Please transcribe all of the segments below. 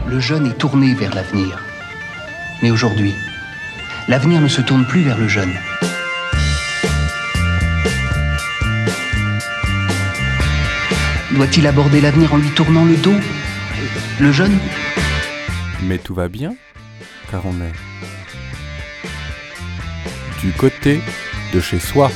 Le jeune est tourné vers l'avenir. Mais aujourd'hui, l'avenir ne se tourne plus vers le jeune. Doit-il aborder l'avenir en lui tournant le dos, le jeune ? Mais tout va bien, car on est du côté de chez soi.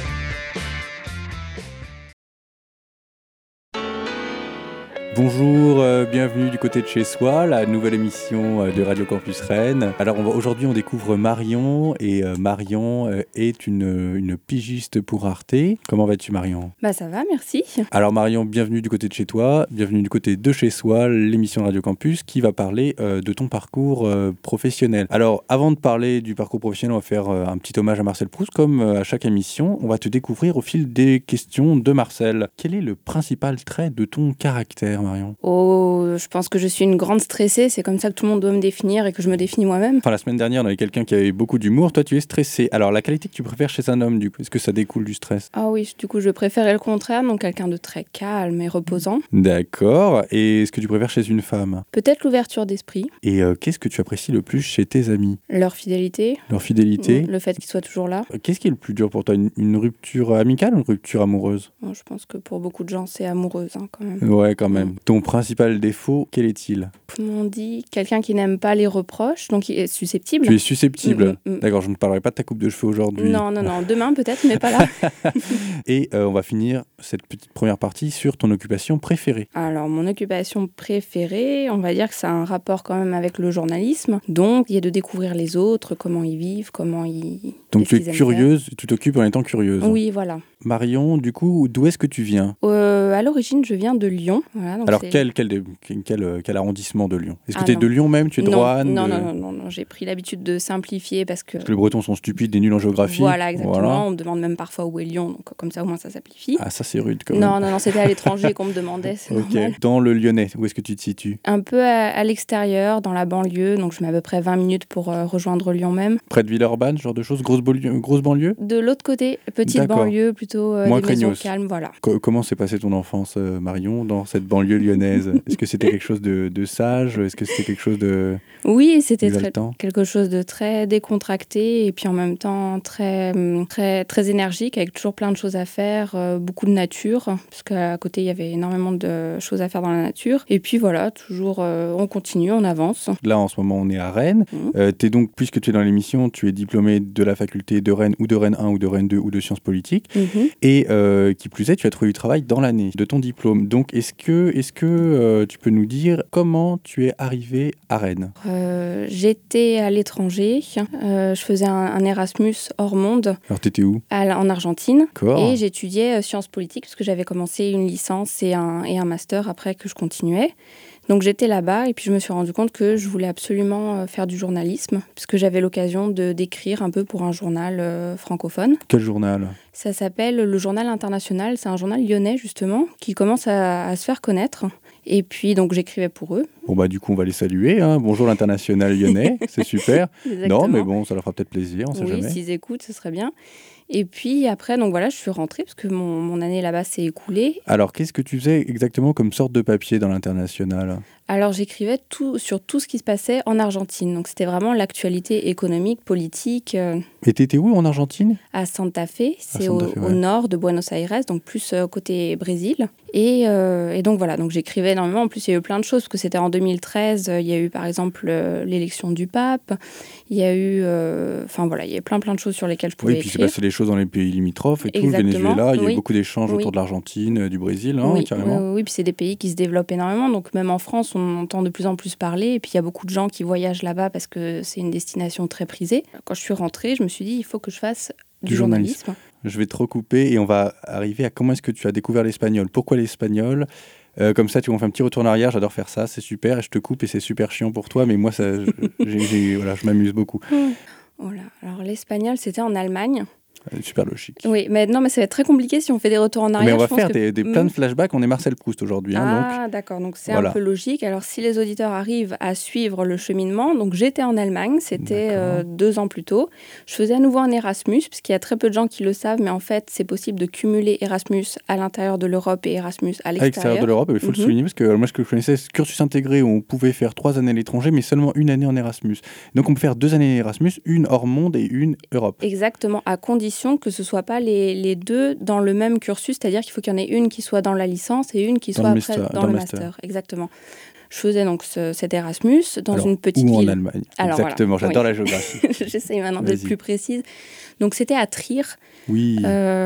Bonjour, bienvenue du côté de chez soi, la nouvelle émission de Radio Campus Rennes. Alors aujourd'hui on découvre Marion, et Marion est une pigiste pour Arte. Comment vas-tu, Marion ? Ça va, merci. Alors Marion, bienvenue du côté de chez toi, bienvenue du côté de chez soi, l'émission de Radio Campus qui va parler de ton parcours professionnel. Alors avant de parler du parcours professionnel, on va faire un petit hommage à Marcel Proust. Comme à chaque émission, on va te découvrir au fil des questions de Marcel. Quel est le principal trait de ton caractère, Marion ? Je pense que je suis une grande stressée, c'est comme ça que tout le monde doit me définir et que je me définis moi-même. Enfin, la semaine dernière, on avait quelqu'un qui avait beaucoup d'humour, toi tu es stressée. Alors la qualité que tu préfères chez un homme, du coup, est-ce que ça découle du stress ? Ah oui, du coup je préférais le contraire, donc quelqu'un de très calme et reposant. D'accord, et est-ce que tu préfères chez une femme ? Peut-être l'ouverture d'esprit. Et qu'est-ce que tu apprécies le plus chez tes amis ? Leur fidélité. Leur fidélité ? Le fait qu'ils soient toujours là. Qu'est-ce qui est le plus dur pour toi, une rupture amicale ou une rupture amoureuse ? Je pense que pour beaucoup de gens c'est amoureuse quand même. Ouais, quand même. Ton principal défaut, quel est-il ? Comment on dit ? Quelqu'un qui n'aime pas les reproches, donc il est susceptible. Tu es susceptible. D'accord, je ne parlerai pas de ta coupe de cheveux aujourd'hui. Non, demain peut-être, mais pas là. Et on va finir cette petite première partie sur ton occupation préférée. Alors, mon occupation préférée, on va dire que ça a un rapport quand même avec le journalisme. Donc, il y a de découvrir les autres, comment ils vivent, comment ils... Donc, tu es curieuse, tu t'occupes en étant curieuse. Oui, voilà. Marion, du coup, d'où est-ce que tu viens ? À l'origine, je viens de Lyon. Voilà, donc alors, quel arrondissement de Lyon ? Est-ce que tu es de Lyon même ? Tu es de Roanne ? Non, j'ai pris l'habitude de simplifier parce que les Bretons sont stupides et nuls en géographie. Voilà, exactement. Voilà. On me demande même parfois où est Lyon, donc comme ça, au moins, ça simplifie. Ah, ça, c'est rude quand même. Non, c'était à l'étranger qu'on me demandait, c'est normal. Dans le Lyonnais, où est-ce que tu te situes ? Un peu à l'extérieur, dans la banlieue, donc je mets à peu près 20 minutes pour rejoindre Lyon même. Près de Villeurbanne, ce genre de choses, grosse banlieue ? De l'autre côté, petite banlieue, plutôt moins des maisons calmes, voilà. Comment s'est passée ton enfance, Marion, dans cette banlieue lyonnaise ? Est-ce que c'était quelque chose de sage ? Est-ce que c'était quelque chose de... Oui, c'était quelque chose de très décontracté et puis en même temps très, très, très énergique, avec toujours plein de choses à faire, beaucoup de nature, parce qu'à côté, il y avait énormément de choses à faire dans la nature. Et puis voilà, toujours, on continue, on avance. Là, en ce moment, on est à Rennes. T'es donc, puisque tu es dans l'émission, tu es diplômée de la faculté de Rennes ou de Rennes 1 ou de Rennes 2 ou de sciences politiques. Et qui plus est, tu as trouvé du travail dans l'année de ton diplôme. Donc, est-ce que tu peux nous dire comment tu es arrivée à Rennes ? J'étais à l'étranger. Je faisais un Erasmus hors monde. Alors, t'étais où ? En Argentine. D'accord. Et j'étudiais sciences politiques, parce que j'avais commencé une licence et un master après que je continuais. Donc j'étais là-bas et puis je me suis rendu compte que je voulais absolument faire du journalisme, puisque j'avais l'occasion d'écrire un peu pour un journal francophone. Quel journal ? Ça s'appelle le Journal International. C'est un journal lyonnais, justement, qui commence à se faire connaître. Et puis, donc, j'écrivais pour eux. Bon, du coup, on va les saluer. Hein. Bonjour l'International lyonnais, c'est super. Exactement. Non, mais bon, ça leur fera peut-être plaisir, on sait jamais. Oui, s'ils écoutent, ce serait bien. Et puis après, donc voilà, je suis rentrée parce que mon année là-bas s'est écoulée. Alors, qu'est-ce que tu faisais exactement comme sorte de papier dans l'International ? Alors, j'écrivais sur tout ce qui se passait en Argentine. Donc, c'était vraiment l'actualité économique, politique. Et t'étais où en Argentine ? À Santa Fe, c'est au nord de Buenos Aires, donc plus côté Brésil. Et donc voilà, donc j'écrivais énormément. En plus, il y a eu plein de choses, parce que c'était en 2013. Il y a eu par exemple l'élection du pape. Il y a eu, il y a plein de choses sur lesquelles je pouvais écrire. Oui, puis c'est passé des choses dans les pays limitrophes et tout, exactement. Le Venezuela. Il y a eu Oui. beaucoup d'échanges autour de l'Argentine, du Brésil, hein, carrément. Oui, puis c'est des pays qui se développent énormément. Donc même en France, on entend de plus en plus parler. Et puis il y a beaucoup de gens qui voyagent là-bas parce que c'est une destination très prisée. Quand je suis rentrée, je me suis dit, il faut que je fasse du journalisme. Je vais te recouper et on va arriver à comment est-ce que tu as découvert l'espagnol. Pourquoi l'espagnol ? Comme ça, tu vas faire un petit retour en arrière. J'adore faire ça, c'est super. Et je te coupe et c'est super chiant pour toi. Mais moi, je m'amuse beaucoup. Voilà. Alors l'espagnol, c'était en Allemagne. Super logique. Oui, mais non, mais ça va être très compliqué si on fait des retours en arrière. Mais on va faire plein de flashbacks. On est Marcel Proust aujourd'hui. D'accord. Donc c'est un peu logique. Alors, si les auditeurs arrivent à suivre le cheminement, donc j'étais en Allemagne, c'était 2 ans plus tôt. Je faisais à nouveau un Erasmus, parce qu'il y a très peu de gens qui le savent, mais en fait, c'est possible de cumuler Erasmus à l'intérieur de l'Europe et Erasmus à l'extérieur. À l'extérieur de l'Europe, il faut le souligner, parce que moi, ce que je connaissais, c'est cursus intégré où on pouvait faire 3 années à l'étranger, mais seulement 1 année en Erasmus. Donc, on peut faire 2 années Erasmus, une hors monde et une Europe. Exactement, à condition que ce ne soit pas les 2 dans le même cursus, c'est-à-dire qu'il faut qu'il y en ait une qui soit dans la licence et une qui soit après dans le master. Exactement. Je faisais donc cet Erasmus dans une petite ville. En Allemagne. Exactement, j'adore la géographie. J'essaye maintenant d'être plus précise. Donc c'était à Trier. Oui.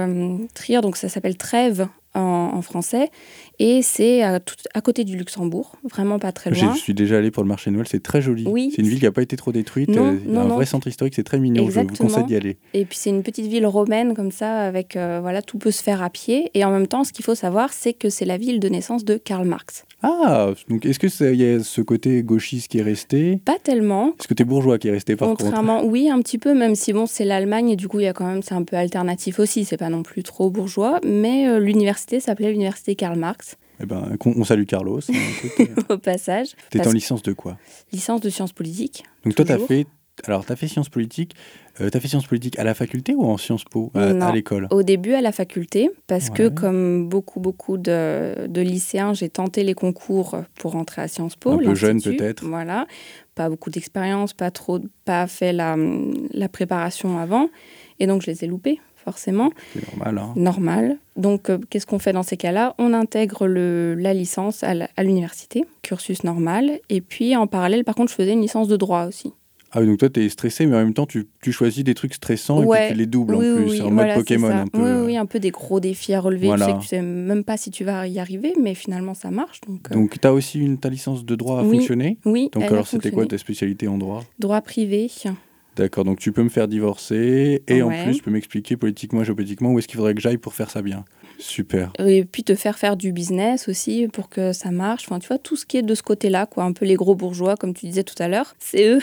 Trier, donc ça s'appelle Trèves en français. Et c'est à côté du Luxembourg, vraiment pas très loin. Je suis déjà allée pour le marché de Noël, c'est très joli. Oui. C'est une ville qui n'a pas été trop détruite. Il y a un vrai centre historique, c'est très mignon. Exactement. Je vous conseille d'y aller. Et puis c'est une petite ville romaine comme ça, avec tout peut se faire à pied. Et en même temps, ce qu'il faut savoir, c'est que c'est la ville de naissance de Karl Marx. Ah, donc est-ce qu'il y a ce côté gauchiste qui est resté ? Pas tellement. Ce côté bourgeois qui est resté par contre ? Contrairement, oui, un petit peu, même si c'est l'Allemagne et du coup, il y a quand même, c'est un peu alternatif aussi, c'est pas non plus trop bourgeois, mais l'université s'appelait l'université Karl Marx. Eh ben, on salue Carlos. Au passage. T'es en licence de quoi ? Licence de sciences politiques. Donc toi, t'as fait sciences politiques. T'as fait sciences politiques à la faculté ou en Sciences Po à l'école ? Au début à la faculté, parce que comme beaucoup de lycéens, j'ai tenté les concours pour rentrer à Sciences Po. Un peu jeune peut-être. Voilà, pas beaucoup d'expérience, pas fait la préparation avant, et donc je les ai loupés. Forcément. C'est normal. Hein. Normal. Donc, qu'est-ce qu'on fait dans ces cas-là ? On intègre la licence à l'université, cursus normal. Et puis, en parallèle, par contre, je faisais une licence de droit aussi. Ah oui, donc toi, tu es stressé, mais en même temps, tu choisis des trucs stressants et puis tu les doubles en plus. C'est en mode Pokémon un peu. Oui, un peu des gros défis à relever. Tu sais que tu sais même pas si tu vas y arriver, mais finalement, ça marche. Donc tu as aussi ta licence de droit à fonctionner ? Oui. Donc alors, c'était quoi ta spécialité en droit ? Droit privé. D'accord, donc tu peux me faire divorcer et en plus, tu peux m'expliquer politiquement, géopolitiquement où est-ce qu'il faudrait que j'aille pour faire ça bien. Super. Et puis te faire du business aussi pour que ça marche. Enfin, tu vois, tout ce qui est de ce côté-là, quoi. Un peu les gros bourgeois, comme tu disais tout à l'heure, c'est eux.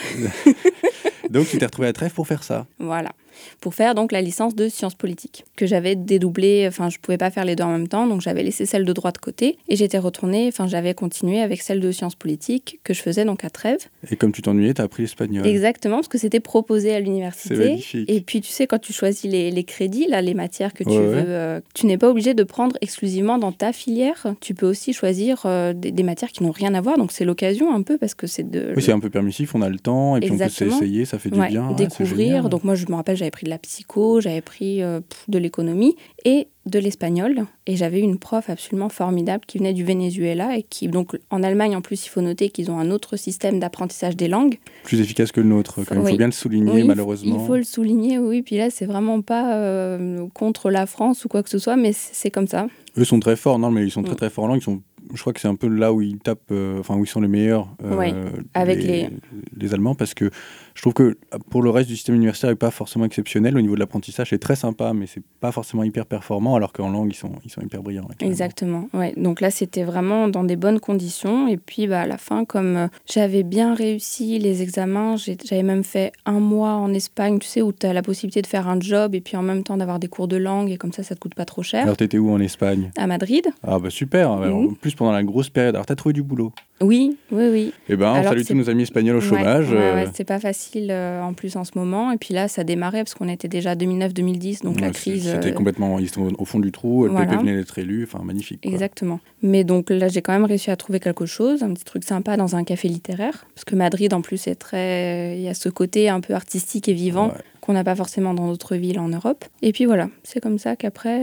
Donc tu t'es retrouvé à Trèves pour faire ça ? Voilà. Pour faire donc la licence de sciences politiques, que j'avais dédoublée, enfin je pouvais pas faire les 2 en même temps, donc j'avais laissé celle de droit de côté, et j'avais continué avec celle de sciences politiques, que je faisais donc à Trèves. Et comme tu t'ennuyais, tu as appris l'espagnol. Exactement, parce que c'était proposé à l'université. C'est magnifique. Et puis tu sais, quand tu choisis les crédits, là, les matières que tu veux, tu n'es pas obligé de prendre exclusivement dans ta filière, tu peux aussi choisir des matières qui n'ont rien à voir, donc c'est l'occasion un peu, parce que c'est de... Oui, c'est un peu permissif, on a le temps, et puis on peut s'essayer, ça fait du bien. Découvrir, donc moi je me rappelle, j'avais pris de la psycho, j'avais pris de l'économie et de l'espagnol. Et j'avais une prof absolument formidable qui venait du Venezuela et qui, donc en Allemagne en plus, il faut noter qu'ils ont un autre système d'apprentissage des langues. Plus efficace que le nôtre, quand même. Il faut bien le souligner, malheureusement. Il faut le souligner, oui. Puis là, c'est vraiment pas contre la France ou quoi que ce soit, mais c'est comme ça. Eux sont très forts, non, mais ils sont très très forts en langue. Je crois que c'est un peu là où ils tapent, où ils sont les meilleurs, avec les Allemands, parce que je trouve que pour le reste du système universitaire, il n'est pas forcément exceptionnel. Au niveau de l'apprentissage, c'est très sympa, mais c'est pas forcément hyper performant, alors qu'en langue, ils sont hyper brillants. Exactement. Ouais. Donc là, c'était vraiment dans des bonnes conditions. Et puis, à la fin, comme j'avais bien réussi les examens, j'avais même fait 1 mois en Espagne, tu sais, où tu as la possibilité de faire un job et puis en même temps d'avoir des cours de langue, et comme ça te coûte pas trop cher. Alors, tu étais où en Espagne ? À Madrid. Ah bah super. Alors, en plus, pendant la grosse période. Alors, tu as trouvé du boulot ? Oui. Eh ben, on salue tous nos amis espagnols au chômage. C'est pas facile en plus en ce moment. Et puis là, ça démarrait parce qu'on était déjà 2009-2010, donc la crise... C'était complètement... Ils sont au fond du trou, le PP venait d'être élu, enfin magnifique. Quoi. Exactement. Mais donc là, j'ai quand même réussi à trouver quelque chose, un petit truc sympa dans un café littéraire. Parce que Madrid, en plus, il y a ce côté un peu artistique et vivant qu'on n'a pas forcément dans d'autres villes en Europe. Et puis voilà, c'est comme ça qu'après,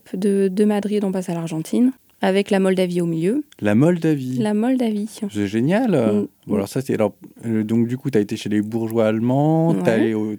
de Madrid, on passe à l'Argentine. Avec la Moldavie au milieu. La Moldavie. C'est génial. Bon, alors ça, donc du coup, tu as été chez les bourgeois allemands, tu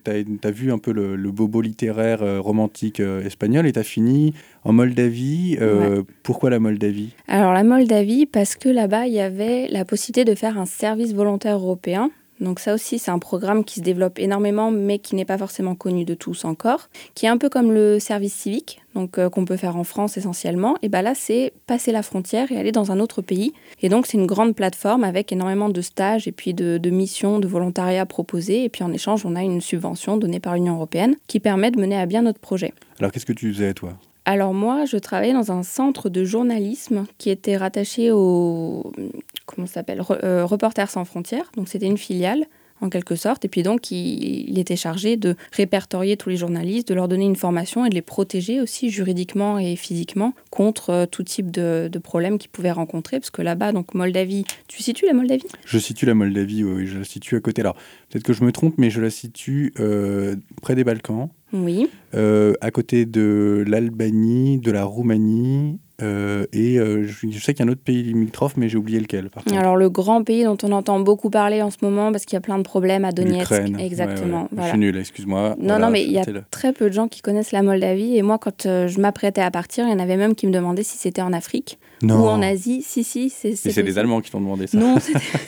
as vu un peu le bobo littéraire romantique espagnol et tu as fini en Moldavie. Pourquoi la Moldavie ? Alors la Moldavie, parce que là-bas, il y avait la possibilité de faire un service volontaire européen. Donc ça aussi, c'est un programme qui se développe énormément, mais qui n'est pas forcément connu de tous encore, qui est un peu comme le service civique, donc qu'on peut faire en France essentiellement. Et bien là, c'est passer la frontière et aller dans un autre pays. Et donc, c'est une grande plateforme avec énormément de stages et puis de missions, de volontariat proposés. Et puis en échange, on a une subvention donnée par l'Union européenne qui permet de mener à bien notre projet. Alors, qu'est-ce que tu faisais, toi ? Alors moi, je travaillais dans un centre de journalisme qui était rattaché au Reporters sans frontières. Donc c'était une filiale en quelque sorte. Et puis donc, il était chargé de répertorier tous les journalistes, de leur donner une formation et de les protéger aussi juridiquement et physiquement contre tout type de problèmes qu'ils pouvaient rencontrer. Parce que là-bas, donc Moldavie, tu situes la Moldavie ? Je situe la Moldavie, oui, je la situe à côté. Alors, peut-être que je me trompe, mais je la situe près des Balkans. Oui. À côté de l'Albanie, de la Roumanie, je sais qu'il y a un autre pays limitrophe, mais j'ai oublié lequel. Par contre. Alors le grand pays dont on entend beaucoup parler en ce moment, parce qu'il y a plein de problèmes à Donetsk. L'Ukraine. Exactement. Ouais. Voilà. Je suis nul, excuse-moi. Non, mais il y a très peu de gens qui connaissent la Moldavie. Et moi, quand je m'apprêtais à partir, il y en avait même qui me demandaient si c'était en Afrique ou en Asie. Si, c'est Mais des Allemands qui t'ont demandé ça. Non,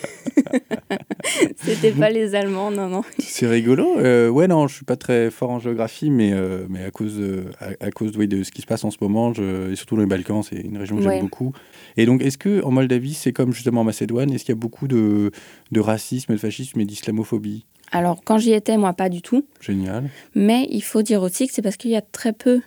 c'était pas les Allemands, non. C'est rigolo. Ouais, non, je suis pas très fort en géographie, mais à cause de ce qui se passe en ce moment, et surtout dans les Balkans, c'est une région que j'aime beaucoup. Et donc, est-ce qu'en Moldavie, c'est comme justement en Macédoine, est-ce qu'il y a beaucoup de racisme, de fascisme et d'islamophobie ? Alors, quand j'y étais, moi, pas du tout. Génial. Mais il faut dire aussi que c'est parce qu'il y a très peu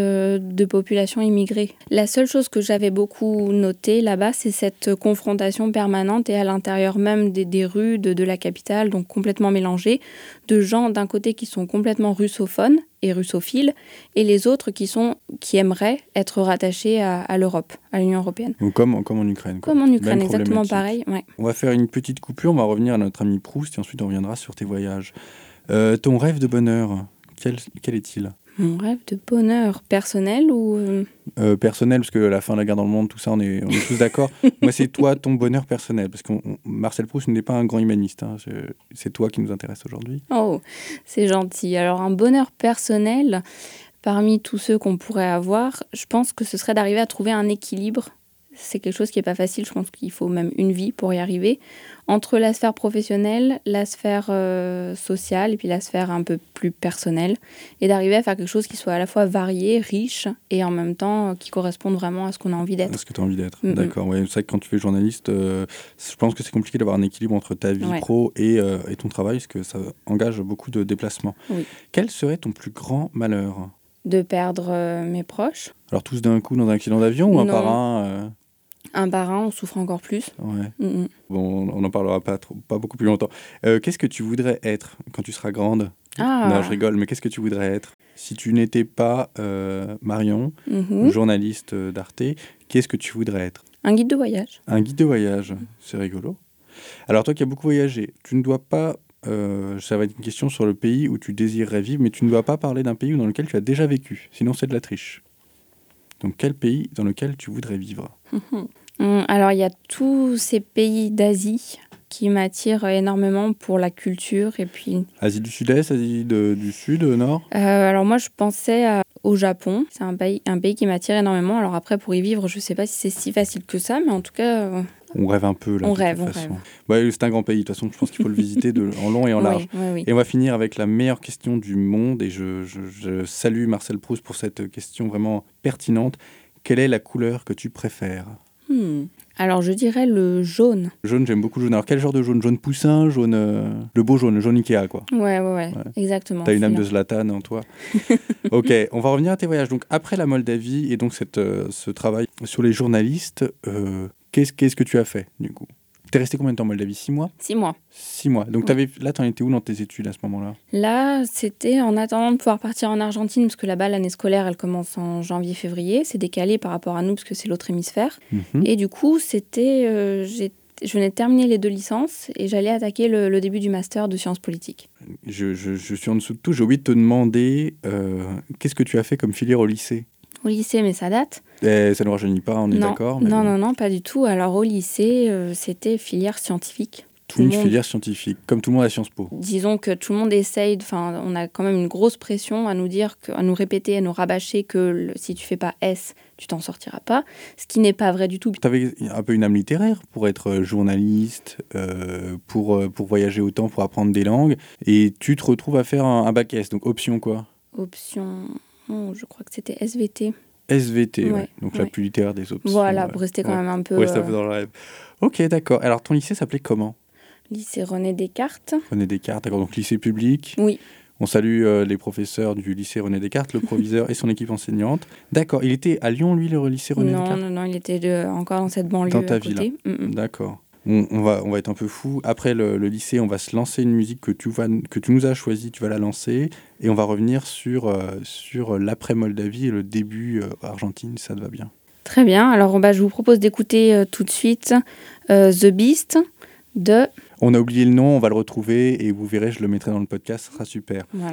de population immigrée. La seule chose que j'avais beaucoup notée là-bas, c'est cette confrontation permanente et à l'intérieur même des rues de la capitale, donc complètement mélangées, de gens d'un côté qui sont complètement russophones et russophiles, et les autres qui aimeraient être rattachés à l'Europe, à l'Union européenne. Donc comme en Ukraine. Comme en Ukraine, exactement pareil. Ouais. On va faire une petite coupure, on va revenir à notre ami Proust, et ensuite on reviendra sur tes voyages. Ton rêve de bonheur, quel est-il ? Mon rêve de bonheur personnel ou... Personnel, parce que la fin de la guerre dans le monde, tout ça, on est tous d'accord. Moi, c'est toi, ton bonheur personnel, parce que Marcel Proust n'est pas un grand humaniste. Hein. C'est toi qui nous intéresse aujourd'hui. Oh, c'est gentil. Alors, un bonheur personnel, parmi tous ceux qu'on pourrait avoir, je pense que ce serait d'arriver à trouver un équilibre. C'est quelque chose qui n'est pas facile, je pense qu'il faut même une vie pour y arriver, entre la sphère professionnelle, la sphère sociale et puis la sphère un peu plus personnelle, et d'arriver à faire quelque chose qui soit à la fois varié, riche, et en même temps qui corresponde vraiment à ce qu'on a envie d'être. À ce que tu as envie d'être, d'accord. Ouais, c'est vrai que quand tu fais journaliste, je pense que c'est compliqué d'avoir un équilibre entre ta vie pro et ton travail, parce que ça engage beaucoup de déplacements. Oui. Quel serait ton plus grand malheur ? De perdre mes proches. Alors tous d'un coup dans un accident d'avion ou un par un Un par un, on souffre encore plus. Ouais. Bon, on n'en parlera pas beaucoup plus longtemps. Qu'est-ce que tu voudrais être quand tu seras grande ? Non, je rigole, mais qu'est-ce que tu voudrais être ? Si tu n'étais pas Marion, journaliste d'Arte, qu'est-ce que tu voudrais être ? Un guide de voyage. Un guide de voyage, c'est rigolo. Alors toi qui as beaucoup voyagé, tu ne dois pas... ça va être une question sur le pays où tu désirerais vivre, mais tu ne dois pas parler d'un pays dans lequel tu as déjà vécu, sinon c'est de la triche. Donc quel pays dans lequel tu voudrais vivre ? Alors il y a tous ces pays d'Asie qui m'attirent énormément pour la culture et puis... Asie du Sud-Est, Asie du Sud, Nord ? Alors moi je pensais au Japon, c'est un pays qui m'attire énormément. Alors après pour y vivre, je ne sais pas si c'est si facile que ça, mais en tout cas... On rêve un peu là. On rêve. Bah, c'est un grand pays, de toute façon je pense qu'il faut le visiter en long et en large. Oui. Et on va finir avec la meilleure question du monde, et je salue Marcel Proust pour cette question vraiment pertinente. Quelle est la couleur que tu préfères ? Alors, je dirais le jaune. Jaune, j'aime beaucoup le jaune. Alors, quel genre de jaune ? Jaune poussin, jaune... le beau jaune, le jaune Ikea, quoi. Ouais, exactement. T'as une âme de Zlatan en toi. Ok, on va revenir à tes voyages. Donc, après la Moldavie et donc ce travail sur les journalistes, qu'est-ce que tu as fait, du coup ? T'es resté combien de temps en Moldavie ? 6 mois ? 6 mois. 6 mois. Donc, là, t'en étais où dans tes études à ce moment-là ? Là, c'était en attendant de pouvoir partir en Argentine, parce que là-bas, l'année scolaire, elle commence en janvier-février. C'est décalé par rapport à nous, parce que c'est l'autre hémisphère. Et du coup, c'était... je venais de terminer les 2 licences et j'allais attaquer le début du master de sciences politiques. Je suis en dessous de tout. J'ai oublié de te demander qu'est-ce que tu as fait comme filière au lycée ? Au lycée, mais ça date. Ça ne rajeunit pas, on est d'accord ? Non, pas du tout. Alors au lycée, c'était filière scientifique, une filière scientifique, comme tout le monde à Sciences Po. Disons que tout le monde essaye, on a quand même une grosse pression à nous dire, à nous répéter, à nous rabâcher que si tu fais pas S, tu t'en sortiras pas, ce qui n'est pas vrai du tout. Tu avais un peu une âme littéraire pour être journaliste, pour voyager autant, pour apprendre des langues, et tu te retrouves à faire un bac S, donc option quoi ? Option, je crois que c'était SVT. SVT, ouais. Donc la plus littéraire des options. Voilà, pour rester quand même un peu... Rester un peu dans le rêve. Ok, d'accord. Alors ton lycée s'appelait comment ? Lycée René Descartes. René Descartes, d'accord. Donc lycée public. Oui. On salue les professeurs du lycée René Descartes, le proviseur et son équipe enseignante. D'accord. Il était à Lyon, lui, le lycée René Descartes ? Non, il était encore dans cette banlieue dans ta à côté. Ville. D'accord. On va être un peu fou. Après le lycée, on va se lancer une musique que tu nous as choisie, tu vas la lancer. Et on va revenir sur l'après-Moldavie et le début Argentine, ça te va bien. Très bien. Alors, je vous propose d'écouter tout de suite The Beast de... On a oublié le nom, on va le retrouver et vous verrez, je le mettrai dans le podcast, ça sera super. Voilà.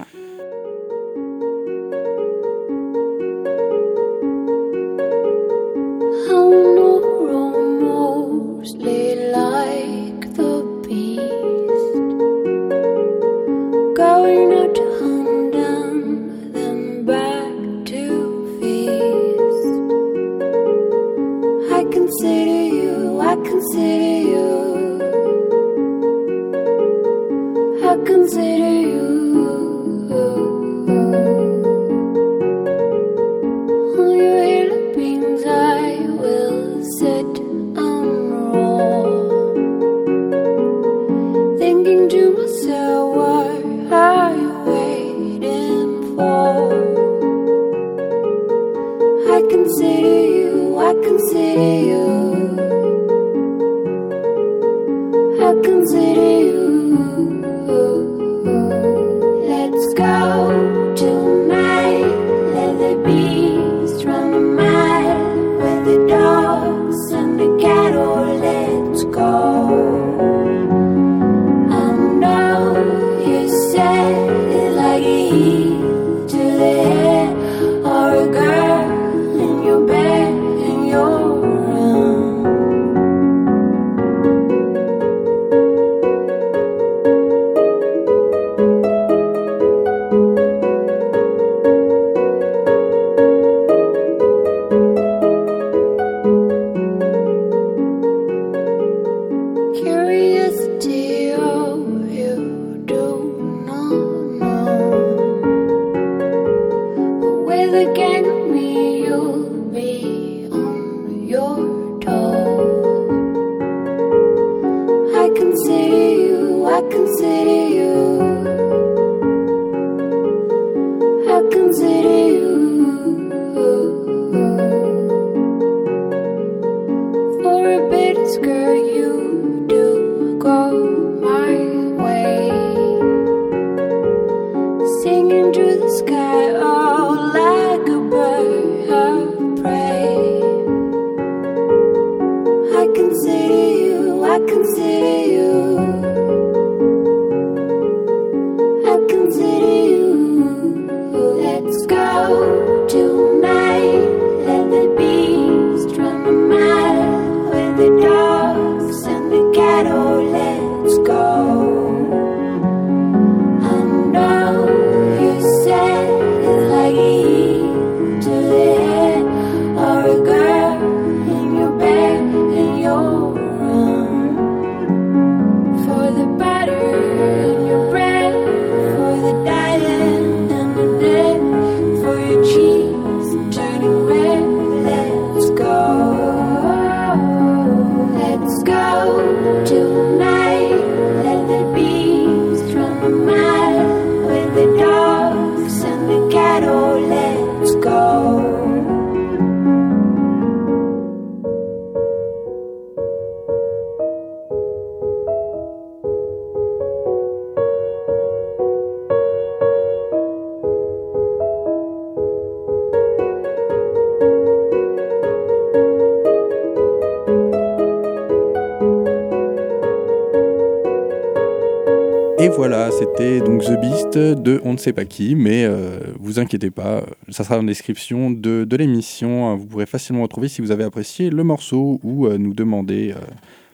Et voilà, c'était donc The Beast de on ne sait pas qui, mais vous inquiétez pas, ça sera dans la description de l'émission. Vous pourrez facilement retrouver si vous avez apprécié le morceau ou nous demander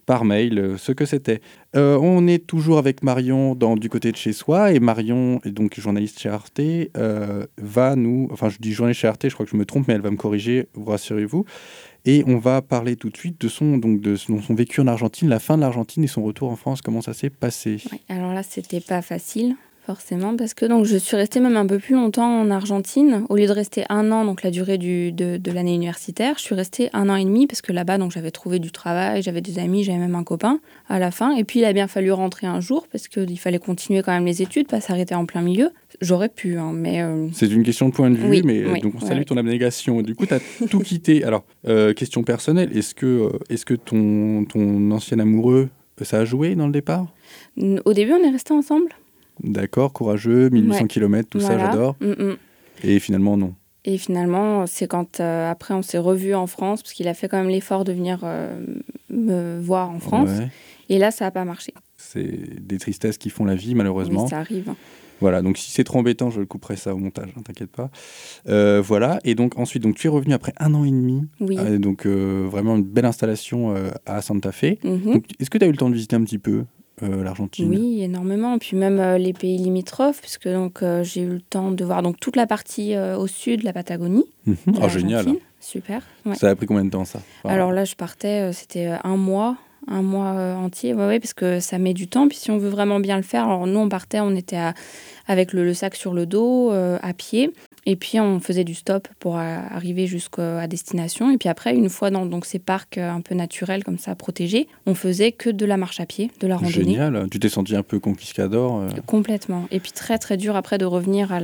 par mail ce que c'était. On est toujours avec Marion du côté de chez soi, et Marion, donc journaliste chez Arte, va nous... Enfin, je dis journaliste chez Arte, je crois que je me trompe, mais elle va me corriger, vous rassurez-vous. Et on va parler tout de suite de son vécu en Argentine, la fin de l'Argentine et son retour en France, comment ça s'est passé. Ouais, alors là, c'était pas facile. Forcément, parce que donc, je suis restée même un peu plus longtemps en Argentine. Au lieu de rester 1 an, donc la durée de l'année universitaire, je suis restée 1 an et demi parce que là-bas, donc, j'avais trouvé du travail, j'avais des amis, j'avais même un copain à la fin. Et puis, il a bien fallu rentrer un jour parce qu'il fallait continuer quand même les études, pas s'arrêter en plein milieu. J'aurais pu, hein, mais... C'est une question de point de vue, oui, mais oui, donc on salue ton abnégation. Du coup, tu as tout quitté. Alors, question personnelle, est-ce que ton ancien amoureux, ça a joué dans le départ ? Au début, on est restés ensemble. D'accord, courageux, 1800 km, tout ça, j'adore. Et finalement, non. Et finalement, c'est quand après on s'est revus en France, parce qu'il a fait quand même l'effort de venir me voir en France. Ouais. Et là, ça n'a pas marché. C'est des tristesses qui font la vie, malheureusement. Oui, ça arrive. Voilà, donc si c'est trop embêtant, je le couperai ça au montage, hein, t'inquiète pas. Voilà, et donc ensuite, donc, tu es revenu après 1 an et demi. Oui. Donc vraiment une belle installation à Santa Fe. Donc, est-ce que tu as eu le temps de visiter un petit peu l'Argentine ? Oui, énormément. Puis même les pays limitrophes, puisque donc, j'ai eu le temps de voir donc, toute la partie au sud, la Patagonie. Oh, génial. Super. Ouais. Ça a pris combien de temps, ça ? Alors là, je partais, c'était 1 mois. 1 mois entier, ouais, parce que ça met du temps. Puis si on veut vraiment bien le faire, alors nous, on partait, on était avec le sac sur le dos, à pied. Et puis, on faisait du stop pour arriver jusqu'à destination. Et puis après, une fois dans donc, ces parcs un peu naturels, comme ça, protégés, on faisait que de la marche à pied, de la randonnée. Génial. Tu t'es senti un peu conquistador Complètement. Et puis, très, très dur après de revenir à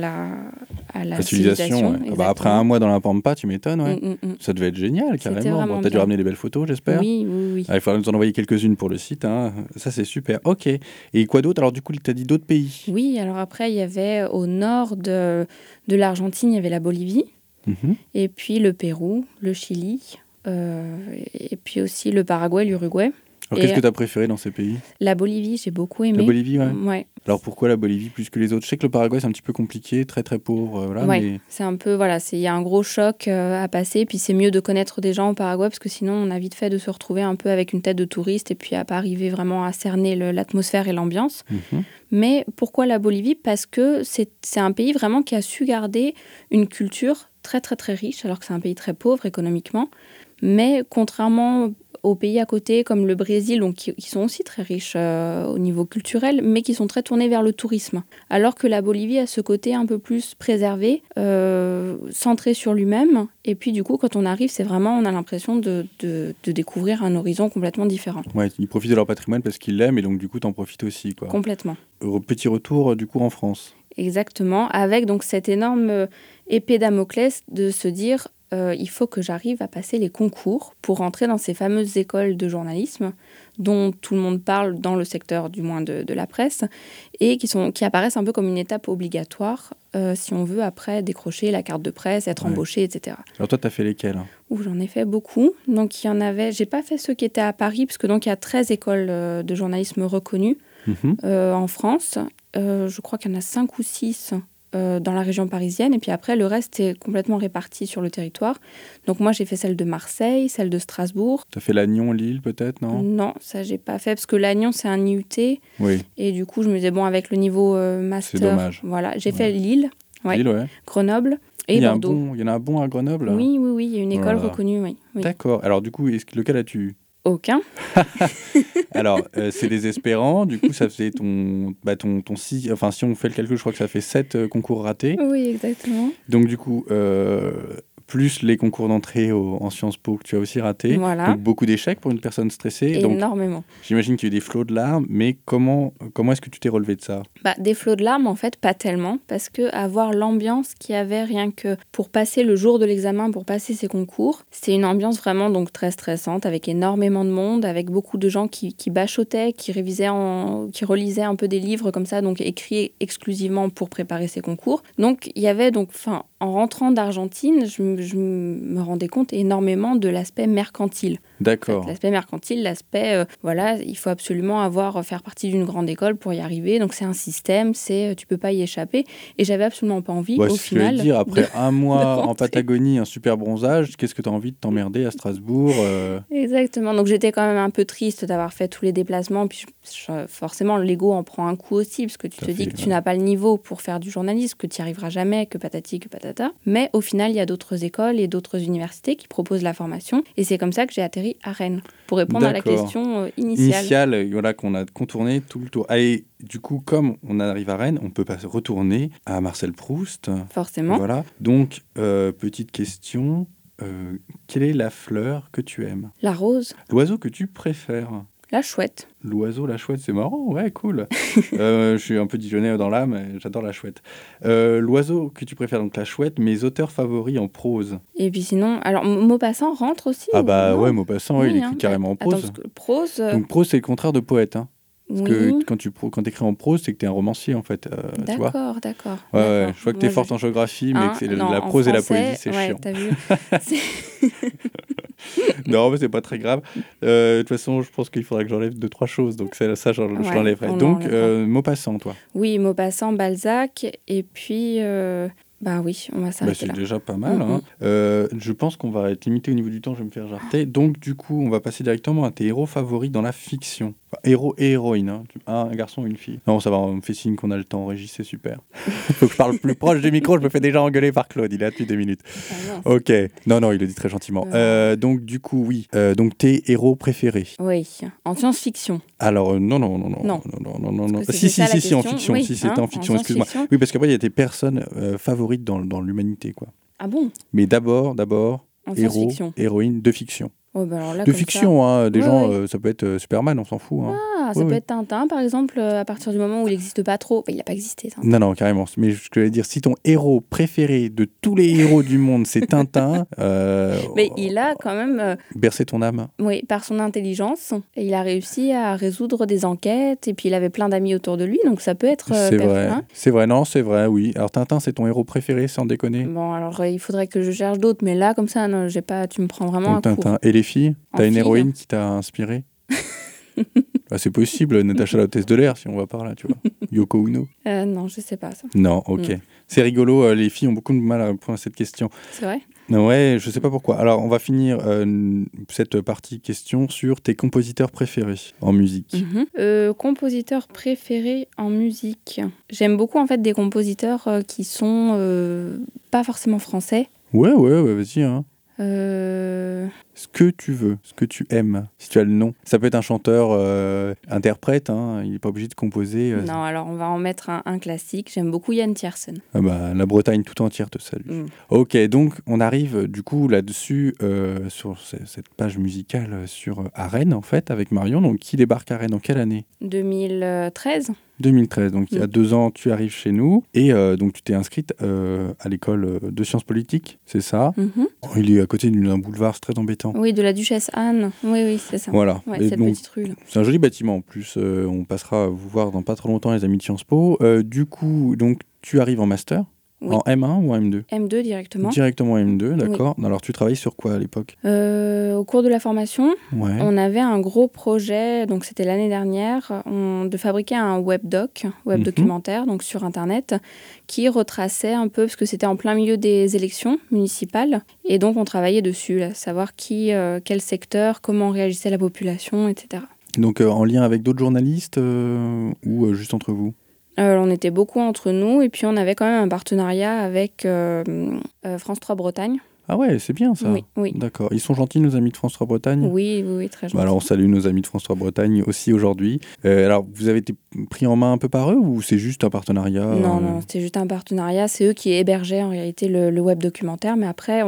la civilisation. Ouais. Après 1 mois dans la Pampa, tu m'étonnes. Ouais. Ça devait être génial, carrément. Bon, t'as dû ramener des belles photos, j'espère. Oui. Il faudra nous en envoyer quelques-unes pour le site. Hein. Ça, c'est super. Ok. Et quoi d'autre ? Alors, du coup, tu as dit d'autres pays ? Oui, alors après, il y avait au nord de l'Argentine, il y avait la Bolivie. Et puis le Pérou, le Chili, et puis aussi le Paraguay, l'Uruguay. Alors, qu'est-ce que tu as préféré dans ces pays ? La Bolivie, j'ai beaucoup aimé. La Bolivie, ouais. Alors, pourquoi la Bolivie plus que les autres ? Je sais que le Paraguay, c'est un petit peu compliqué, très, très pauvre. Voilà, mais... c'est un peu... Voilà, il y a un gros choc à passer. Puis, c'est mieux de connaître des gens au Paraguay parce que sinon, on a vite fait de se retrouver un peu avec une tête de touriste et puis à pas arriver vraiment à cerner l'atmosphère et l'ambiance. Mais pourquoi la Bolivie ? Parce que c'est un pays vraiment qui a su garder une culture très, très, très riche, alors que c'est un pays très pauvre économiquement. Mais contrairement aux pays à côté, comme le Brésil, donc, qui sont aussi très riches au niveau culturel, mais qui sont très tournés vers le tourisme. Alors que la Bolivie a ce côté un peu plus préservé, centré sur lui-même. Et puis, du coup, quand on arrive, c'est vraiment, on a l'impression de découvrir un horizon complètement différent. Ouais, ils profitent de leur patrimoine parce qu'ils l'aiment, et donc, du coup, t'en profites aussi, quoi. Complètement. Petit retour, du coup, en France. Exactement, avec donc cette énorme épée Damoclès de se dire... il faut que j'arrive à passer les concours pour rentrer dans ces fameuses écoles de journalisme dont tout le monde parle dans le secteur, du moins de la presse, et qui apparaissent un peu comme une étape obligatoire si on veut après décrocher la carte de presse, être embauché, etc. Alors toi, tu as fait lesquels ? J'en ai fait beaucoup. Donc il y en avait, j'ai pas fait ceux qui étaient à Paris, parce que donc il y a 13 écoles de journalisme reconnues en France. Je crois qu'il y en a 5 ou 6 dans la région parisienne, et puis après le reste est complètement réparti sur le territoire. Donc moi j'ai fait celle de Marseille, celle de Strasbourg. Tu as fait Lannion, Lille peut-être, non ? Non, ça j'ai pas fait parce que Lannion c'est un IUT. Oui. Et du coup je me disais bon, avec le niveau master, c'est dommage. Voilà, j'ai fait Lille, Lille, Grenoble et Bordeaux. Il y en a un bon à Grenoble ? Oui, il y a une école reconnue, oui. D'accord. Alors du coup, lequel as-tu ? Aucun. Alors, c'est désespérant. Du coup, ça faisait ton 6... Enfin, si on fait le calcul, je crois que ça fait 7 concours ratés. Oui, exactement. Donc, du coup, plus les concours d'entrée en Sciences Po que tu as aussi raté. Voilà. Donc, beaucoup d'échecs pour une personne stressée. Énormément. Donc, j'imagine qu'il y a eu des flots de larmes. Mais comment est-ce que tu t'es relevé de ça ? Des flots de larmes, en fait, pas tellement. Parce que avoir l'ambiance qu'il y avait rien que pour passer le jour de l'examen, pour passer ces concours, c'est une ambiance vraiment donc, très stressante, avec énormément de monde, avec beaucoup de gens qui bachotaient, qui relisaient un peu des livres comme ça, donc écrits exclusivement pour préparer ces concours. Donc, il y avait en rentrant d'Argentine, je me rendais compte énormément de l'aspect mercantile D'accord. En fait, l'aspect mercantile, l'aspect, il faut absolument faire partie d'une grande école pour y arriver. Donc, c'est un système, tu peux pas y échapper. Et j'avais absolument pas envie, au final. Je veux dire, après un mois en Patagonie, un super bronzage, qu'est-ce que tu as envie de t'emmerder à Strasbourg Exactement. Donc, j'étais quand même un peu triste d'avoir fait tous les déplacements. Puis, forcément, l'ego en prend un coup aussi, parce que tu te dis que tu n'as pas le niveau pour faire du journalisme, que tu n'y arriveras jamais, que patati, que patata. Mais au final, il y a d'autres écoles et d'autres universités qui proposent la formation. Et c'est comme ça que j'ai atterri à Rennes, pour répondre à la question initiale. Voilà, qu'on a contourné tout le tour. Allez, du coup, comme on arrive à Rennes, on ne peut pas se retourner à Marcel Proust. Forcément. Voilà. Donc, petite question, quelle est la fleur que tu aimes ? La rose. L'oiseau que tu préfères ? La chouette. L'oiseau, la chouette, c'est marrant, ouais, cool. Je suis un peu dijonais dans l'âme, j'adore la chouette. L'oiseau que tu préfères, donc la chouette, mes auteurs favoris en prose. Et puis sinon, alors Maupassant rentre aussi. Ah bah ouais, Maupassant, il écrit carrément en prose. Attends, prose. Donc prose, c'est le contraire de poète, hein. Parce que quand tu écris en prose, c'est que tu es un romancier, en fait. Tu vois. D'accord. Ouais, je vois que tu es forte en géographie, mais que la prose et la poésie, c'est chiant. T'as vu. Non, mais c'est pas très grave. De toute façon, je pense qu'il faudra que j'enlève 2-3 choses, donc ça, je l'enlèverai. Donc, Maupassant, toi. Oui, Maupassant, Balzac, et puis... Bah oui, on va s'arrêter là. C'est déjà pas mal. Hein. Je pense qu'on va être limité au niveau du temps, je vais me faire jarter. Donc du coup, on va passer directement à tes héros favoris dans la fiction. Enfin, héros et héroïnes. Hein. Un garçon ou une fille. Non, ça va, on me fait signe qu'on a le temps, Régis, c'est super. Il faut que je parle plus proche du micro, je me fais déjà engueuler par Claude, il est là depuis 2 minutes. Ok, non, il le dit très gentiment. Donc du coup, oui. Donc tes héros préférés. Oui, en science-fiction. Alors, non. Si, en fiction. Oui, si, c'était en fiction, excuse-moi. Oui, parce qu'après, il y a tes personnes favorites dans l'humanité, quoi. Ah bon ? Mais d'abord, héros, héroïne de fiction. Oh, bah alors là, de fiction, hein, des gens, ça peut être Superman, on s'en fout. Hein. Ça peut être Tintin, par exemple, à partir du moment où il n'existe pas trop. Enfin, il n'a pas existé, Tintin. Non, carrément. Mais je voulais dire, si ton héros préféré de tous les héros du monde, c'est Tintin... Mais il a quand même... bercé ton âme. Oui, par son intelligence. Et il a réussi à résoudre des enquêtes. Et puis, il avait plein d'amis autour de lui. Donc, ça peut être... C'est vrai, oui. Alors, Tintin, c'est ton héros préféré, sans déconner ? Bon, alors, il faudrait que je cherche d'autres. Mais là, comme ça, non, j'ai pas... tu me prends vraiment à Tintin. court. Et les filles ? T'as une héroïne qui t'a inspiré ? C'est possible, Natacha la hôtesse de l'air, si on va par là, tu vois. Yoko Ono. Non, je sais pas ça. Non, ok. C'est rigolo, les filles ont beaucoup de mal à répondre à cette question. C'est vrai ? Ouais, je sais pas pourquoi. Alors, on va finir cette partie question sur tes compositeurs préférés en musique. Compositeurs préférés en musique. J'aime beaucoup, en fait, des compositeurs qui sont pas forcément français. Ouais, vas-y, hein. Ce que tu veux, ce que tu aimes, si tu as le nom. Ça peut être un chanteur, interprète, hein, il n'est pas obligé de composer. Non, alors on va en mettre un classique. J'aime beaucoup Yann Tiersen. Ah bah, la Bretagne tout entière te salue. Ok, donc on arrive du coup là-dessus, sur cette page musicale à Rennes, en fait, avec Marion. Donc qui débarque à Rennes en quelle année ? 2013. 2013, donc il y a 2 ans, tu arrives chez nous et donc tu t'es inscrite à l'école de sciences politiques, c'est ça ? Il est à côté d'un boulevard, c'est très embêtant. Oui, de la Duchesse Anne. Oui, c'est ça. Voilà. Ouais, cette petite rue là. C'est un joli bâtiment en plus. On passera vous voir dans pas trop longtemps, les amis de Sciences Po. Du coup, donc tu arrives en master. Oui. En M1 ou en M2 ? M2 directement. Directement en M2, d'accord. Oui. Alors tu travailles sur quoi à l'époque ? Au cours de la formation, on avait un gros projet, donc c'était l'année dernière, de fabriquer un web documentaire, donc sur Internet, qui retraçait un peu, parce que c'était en plein milieu des élections municipales, et donc on travaillait dessus, là, savoir quel secteur, comment réagissait la population, etc. Donc en lien avec d'autres journalistes ou juste entre vous ? On était beaucoup entre nous et puis on avait quand même un partenariat avec France 3 Bretagne. Ah ouais, c'est bien ça. Oui. D'accord. Ils sont gentils, nos amis de France 3 Bretagne ? Oui, très gentils. Alors on salue nos amis de France 3 Bretagne aussi aujourd'hui. Alors vous avez été pris en main un peu par eux ou c'est juste un partenariat ? Non, c'était juste un partenariat. C'est eux qui hébergeaient en réalité le web documentaire. Mais après,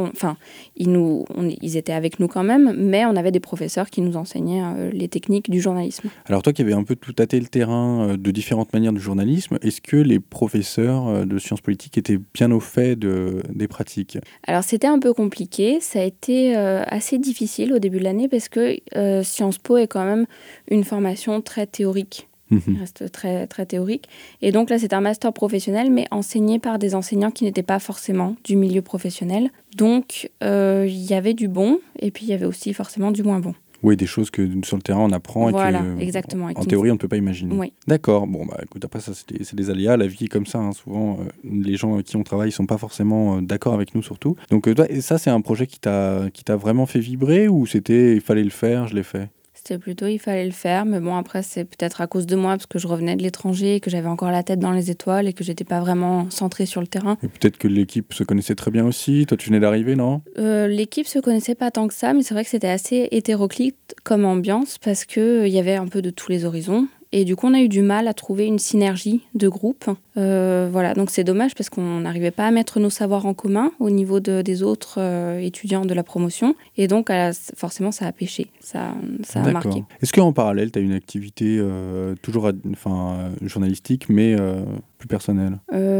ils étaient avec nous quand même, mais on avait des professeurs qui nous enseignaient les techniques du journalisme. Alors toi qui avais un peu tout tâté le terrain de différentes manières du journalisme, est-ce que les professeurs de sciences politiques étaient bien au fait des pratiques ? Alors c'était un peu compliqué, ça a été assez difficile au début de l'année parce que Sciences Po est quand même une formation très théorique. Il reste très, très théorique. Et donc là, c'est un master professionnel, mais enseigné par des enseignants qui n'étaient pas forcément du milieu professionnel. Donc, il y avait du bon, et puis il y avait aussi forcément du moins bon. Oui, des choses que sur le terrain on apprend voilà, et que exactement, en théorie on ne peut pas imaginer. Oui. D'accord, bon bah écoute, après ça c'est des aléas, la vie est comme ça, hein. Souvent les gens avec qui on travaille ne sont pas forcément d'accord avec nous surtout. Donc toi, et ça c'est un projet qui t'a vraiment fait vibrer ou c'était il fallait le faire, je l'ai fait? C'était plutôt, il fallait le faire, mais bon, après, c'est peut-être à cause de moi, parce que je revenais de l'étranger, que j'avais encore la tête dans les étoiles et que j'étais pas vraiment centrée sur le terrain. Et peut-être que l'équipe se connaissait très bien aussi, toi tu venais d'arriver, non? L'équipe se connaissait pas tant que ça, mais c'est vrai que c'était assez hétéroclite comme ambiance, parce qu'il y avait un peu de tous les horizons. Et du coup, on a eu du mal à trouver une synergie de groupe. Voilà, donc c'est dommage parce qu'on n'arrivait pas à mettre nos savoirs en commun au niveau des autres étudiants de la promotion. Et donc, forcément, ça a pêché. Ça a marqué. Est-ce qu'en parallèle, tu as une activité toujours journalistique, mais plus personnelle?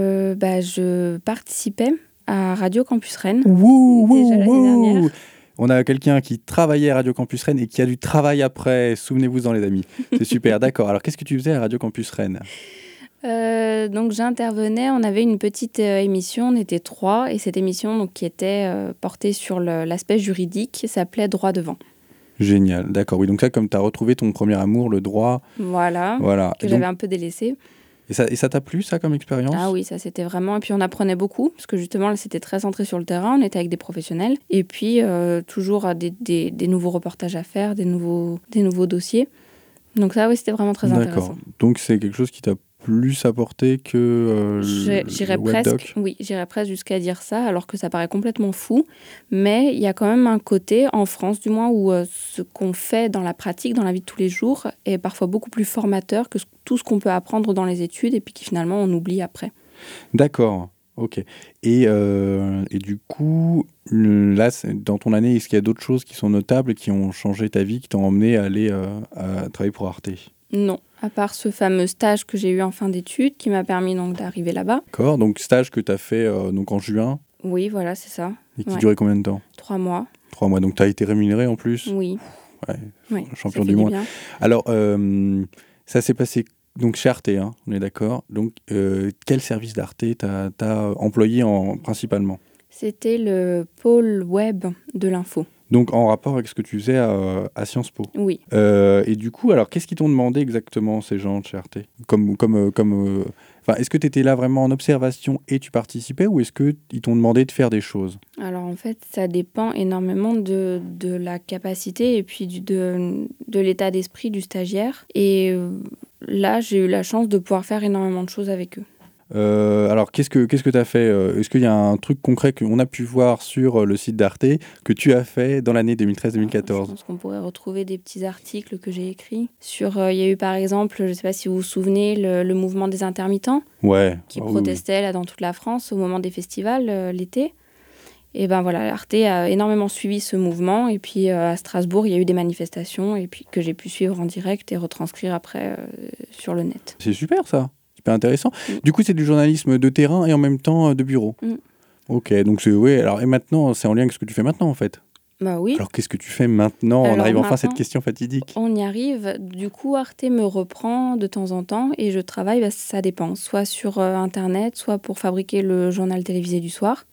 Je participais à Radio Campus Rennes. Déjà l'année dernière. On a quelqu'un qui travaillait à Radio Campus Rennes et qui a du travail après. Souvenez-vous-en, les amis. C'est super, d'accord. Alors, qu'est-ce que tu faisais à Radio Campus Rennes? Donc, j'intervenais. On avait une petite émission, on était 3. Et cette émission, donc, qui était portée sur l'aspect juridique, s'appelait Droit devant. Génial, d'accord. Oui, donc ça, comme tu as retrouvé ton premier amour, le droit. Voilà. Que j'avais un peu délaissé. Et ça t'a plu, ça, comme expérience? Ah oui, ça c'était vraiment... Et puis on apprenait beaucoup, parce que justement, là, c'était très centré sur le terrain, on était avec des professionnels. Et puis, toujours des nouveaux reportages à faire, des nouveaux dossiers. Donc ça, oui, c'était vraiment très intéressant. D'accord. Donc c'est quelque chose qui t'a plus apporté que j'irais presque jusqu'à dire ça, alors que ça paraît complètement fou. Mais il y a quand même un côté, en France du moins, où ce qu'on fait dans la pratique, dans la vie de tous les jours, est parfois beaucoup plus formateur que tout ce qu'on peut apprendre dans les études et puis qui finalement on oublie après. D'accord, ok. Et du coup, là, dans ton année, est-ce qu'il y a d'autres choses qui sont notables, qui ont changé ta vie, qui t'ont emmené à aller à travailler pour Arte? Non, à part ce fameux stage que j'ai eu en fin d'études, qui m'a permis donc d'arriver là-bas. D'accord, donc stage que tu as fait donc en juin. Oui, voilà, c'est ça. Et qui durait combien de temps? 3 mois. 3 mois, donc tu as été rémunéré en plus? Oui. Ouais, champion du monde. Alors, ça s'est passé donc chez Arte, hein, on est d'accord. Donc, quel service d'Arte t'as employé principalement? C'était le pôle web de l'info. Donc, en rapport avec ce que tu faisais à Sciences Po. Oui. Et du coup, alors, qu'est-ce qu'ils t'ont demandé exactement, ces gens de chez Arte? Est-ce que tu étais là vraiment en observation et tu participais, ou est-ce qu'ils t'ont demandé de faire des choses? Alors, en fait, ça dépend énormément de la capacité et puis de l'état d'esprit du stagiaire. Et là, j'ai eu la chance de pouvoir faire énormément de choses avec eux. Alors, qu'est-ce que tu as fait? Est-ce qu'il y a un truc concret qu'on a pu voir sur le site d'Arte que tu as fait dans l'année 2013-2014? Je pense qu'on pourrait retrouver des petits articles que j'ai écrits. Il y a eu par exemple, je ne sais pas si vous vous souvenez, le mouvement des intermittents qui protestait là, dans toute la France au moment des festivals l'été. Et ben voilà, Arte a énormément suivi ce mouvement. Et puis à Strasbourg, il y a eu des manifestations et puis que j'ai pu suivre en direct et retranscrire après sur le net. C'est super ça! Super intéressant. Du coup, c'est du journalisme de terrain et en même temps de bureau. Ok, donc alors, et maintenant, c'est en lien avec ce que tu fais maintenant, en fait? Bah oui. Alors, qu'est-ce que tu fais maintenant? On arrive enfin à cette question fatidique. On y arrive. Du coup, Arte me reprend de temps en temps et je travaille, ça dépend, soit sur Internet, soit pour fabriquer le journal télévisé du soir.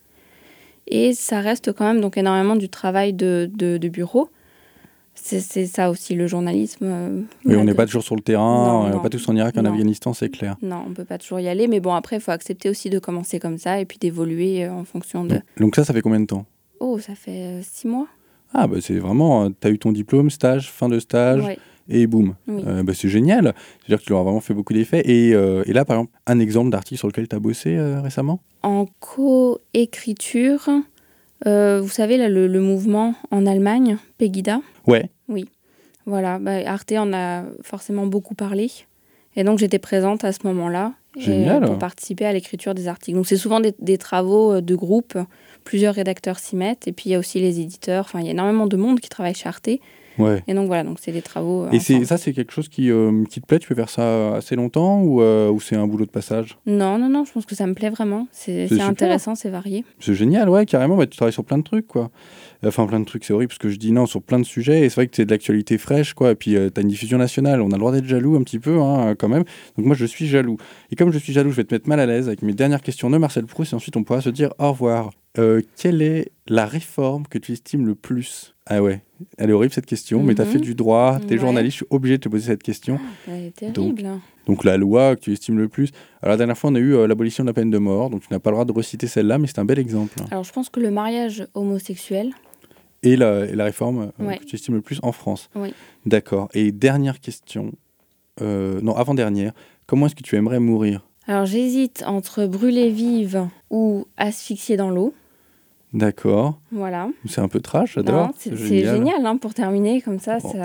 Et ça reste quand même donc énormément du travail de bureau. C'est ça aussi, le journalisme. Oui, on n'est pas toujours sur le terrain, on n'est pas tous en Irak, en Afghanistan, c'est clair. Non, on ne peut pas toujours y aller, mais bon, après, il faut accepter aussi de commencer comme ça et puis d'évoluer en fonction de... Donc ça fait combien de temps? Oh, ça fait 6 mois. Ah, bah c'est vraiment... Tu as eu ton diplôme, stage, fin de stage, et boum. Oui. C'est génial. C'est-à-dire que tu leur as vraiment fait beaucoup d'effets. Et là, par exemple, un exemple d'article sur lequel tu as bossé récemment? En co-écriture... vous savez, là, le mouvement en Allemagne, Pegida. Ouais. Oui. Voilà, Arte en a forcément beaucoup parlé. Et donc, j'étais présente à ce moment-là. Génial. Pour participer à l'écriture des articles. Donc, c'est souvent des travaux de groupe. Plusieurs rédacteurs s'y mettent. Et puis, il y a aussi les éditeurs. Enfin, il y a énormément de monde qui travaille chez Arte. Ouais. Et donc, voilà, donc c'est des travaux Et ensemble. c'est quelque chose qui te plaît? Tu peux faire ça assez longtemps ou c'est un boulot de passage? Non, je pense que ça me plaît vraiment. C'est intéressant, c'est varié. C'est génial, ouais, carrément. Tu travailles sur plein de trucs, quoi. Enfin, plein de trucs, c'est horrible parce que je dis non, sur plein de sujets. Et c'est vrai que c'est de l'actualité fraîche, quoi. Et puis, tu as une diffusion nationale. On a le droit d'être jaloux un petit peu, hein, quand même. Donc, moi, je suis jaloux. Et comme je suis jaloux, je vais te mettre mal à l'aise avec mes dernières questions de Marcel Proust. Et ensuite, on pourra se dire au revoir. Quelle est la réforme que tu estimes le plus Ah ouais, elle est horrible cette question, mais tu as fait du droit, tu es Ouais. journaliste, je suis obligé de te poser cette question. Elle est terrible. Donc la loi que tu estimes le plus. Alors la dernière fois, on a eu l'abolition de la peine de mort, donc tu n'as pas le droit de reciter celle-là, mais c'est un bel exemple. Alors je pense que le mariage homosexuel. Et la réforme Ouais. que tu estimes le plus en France. Oui. D'accord. Et dernière question, non, avant-dernière, comment est-ce que tu aimerais mourir ? Alors j'hésite entre brûler vive ou asphyxier dans l'eau. D'accord. Voilà. C'est un peu trash, j'adore. Non, c'est génial hein, pour terminer comme ça. Bon.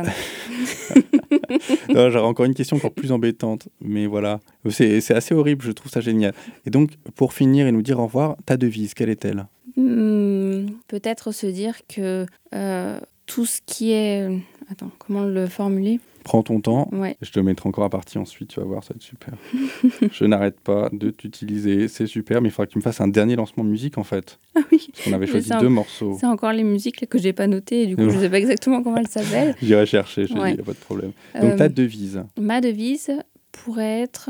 Non, j'aurais encore une question encore plus embêtante, mais voilà. C'est assez horrible, je trouve ça génial. Et donc, pour finir et nous dire au revoir, ta devise, quelle est-elle ? Peut-être se dire que tout ce qui est... Attends, comment le formuler ? Prends ton temps, Ouais. Je te mettrai encore à partie ensuite, tu vas voir, ça va être super. Je n'arrête pas de t'utiliser, c'est super, mais il faudra que tu me fasses un dernier lancement de musique en fait. Ah oui. Parce qu'on avait choisi 2 morceaux. C'est encore les musiques que j'ai pas notées et du coup je sais pas exactement comment elles s'appellent. J'irai chercher, je te dis, il n'y a pas de problème. Donc ta devise. Ma devise pourrait être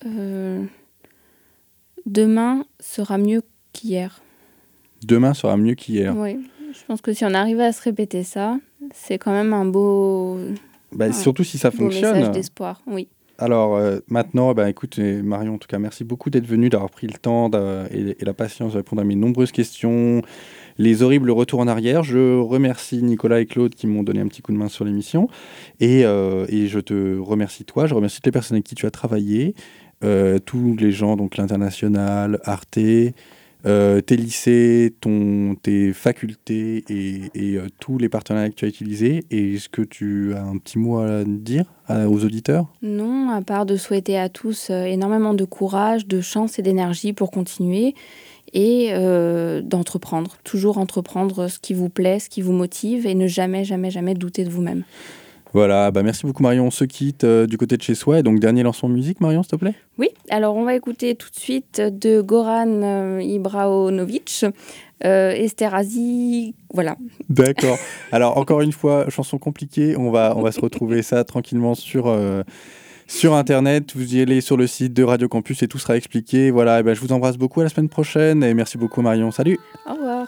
demain sera mieux qu'hier. Demain sera mieux qu'hier. Oui, je pense que si on arrivait à se répéter ça, c'est quand même un beau... surtout si ça fonctionne. Message d'espoir, oui. Alors maintenant, écoute Marion, en tout cas, merci beaucoup d'être venue, d'avoir pris le temps et la patience de répondre à mes nombreuses questions, les horribles retours en arrière. Je remercie Nicolas et Claude qui m'ont donné un petit coup de main sur l'émission. Et je te remercie toi, je remercie toutes les personnes avec qui tu as travaillé, tous les gens, donc l'International, Arte, tes lycées, tes facultés et tous les partenariats que tu as utilisés. Et est-ce que tu as un petit mot à dire aux auditeurs ? Non, à part de souhaiter à tous énormément de courage, de chance et d'énergie pour continuer et d'entreprendre. Toujours entreprendre ce qui vous plaît, ce qui vous motive et ne jamais, jamais, jamais douter de vous-même. Voilà, merci beaucoup Marion. On se quitte du côté de chez soi. Et donc, dernier lancement de musique, Marion, s'il te plaît ? Oui, alors on va écouter tout de suite de Goran Ibrahimovic, Esterhazy, voilà. D'accord. Alors, encore une fois, chanson compliquée. On va se retrouver ça tranquillement sur Internet. Vous y allez sur le site de Radio Campus et tout sera expliqué. Voilà, je vous embrasse beaucoup, à la semaine prochaine. Et merci beaucoup Marion. Salut. Au revoir.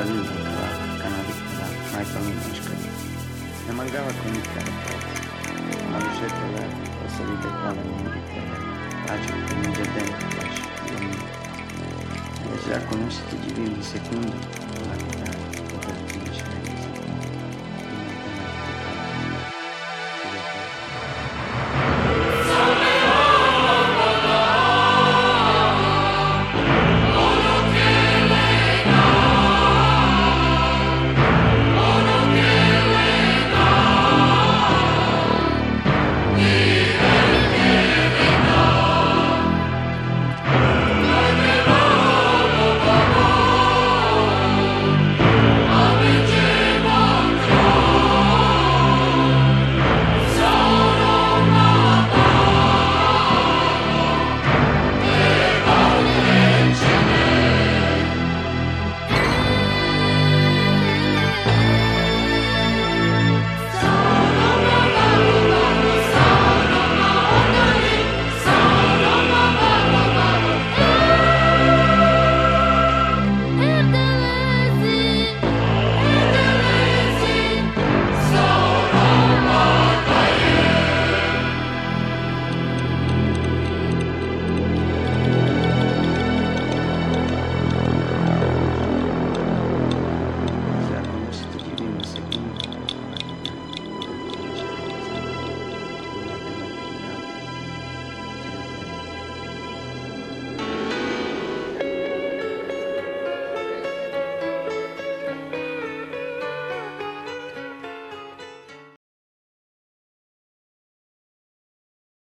lì, la canarica, mai famiglia scritta. Ne mancava con il carico, una lucetta verde, posso dire quale non mi ricordo. Faccio che non c'è dentro, lascio, io mi. E già conosci di 20 secondi,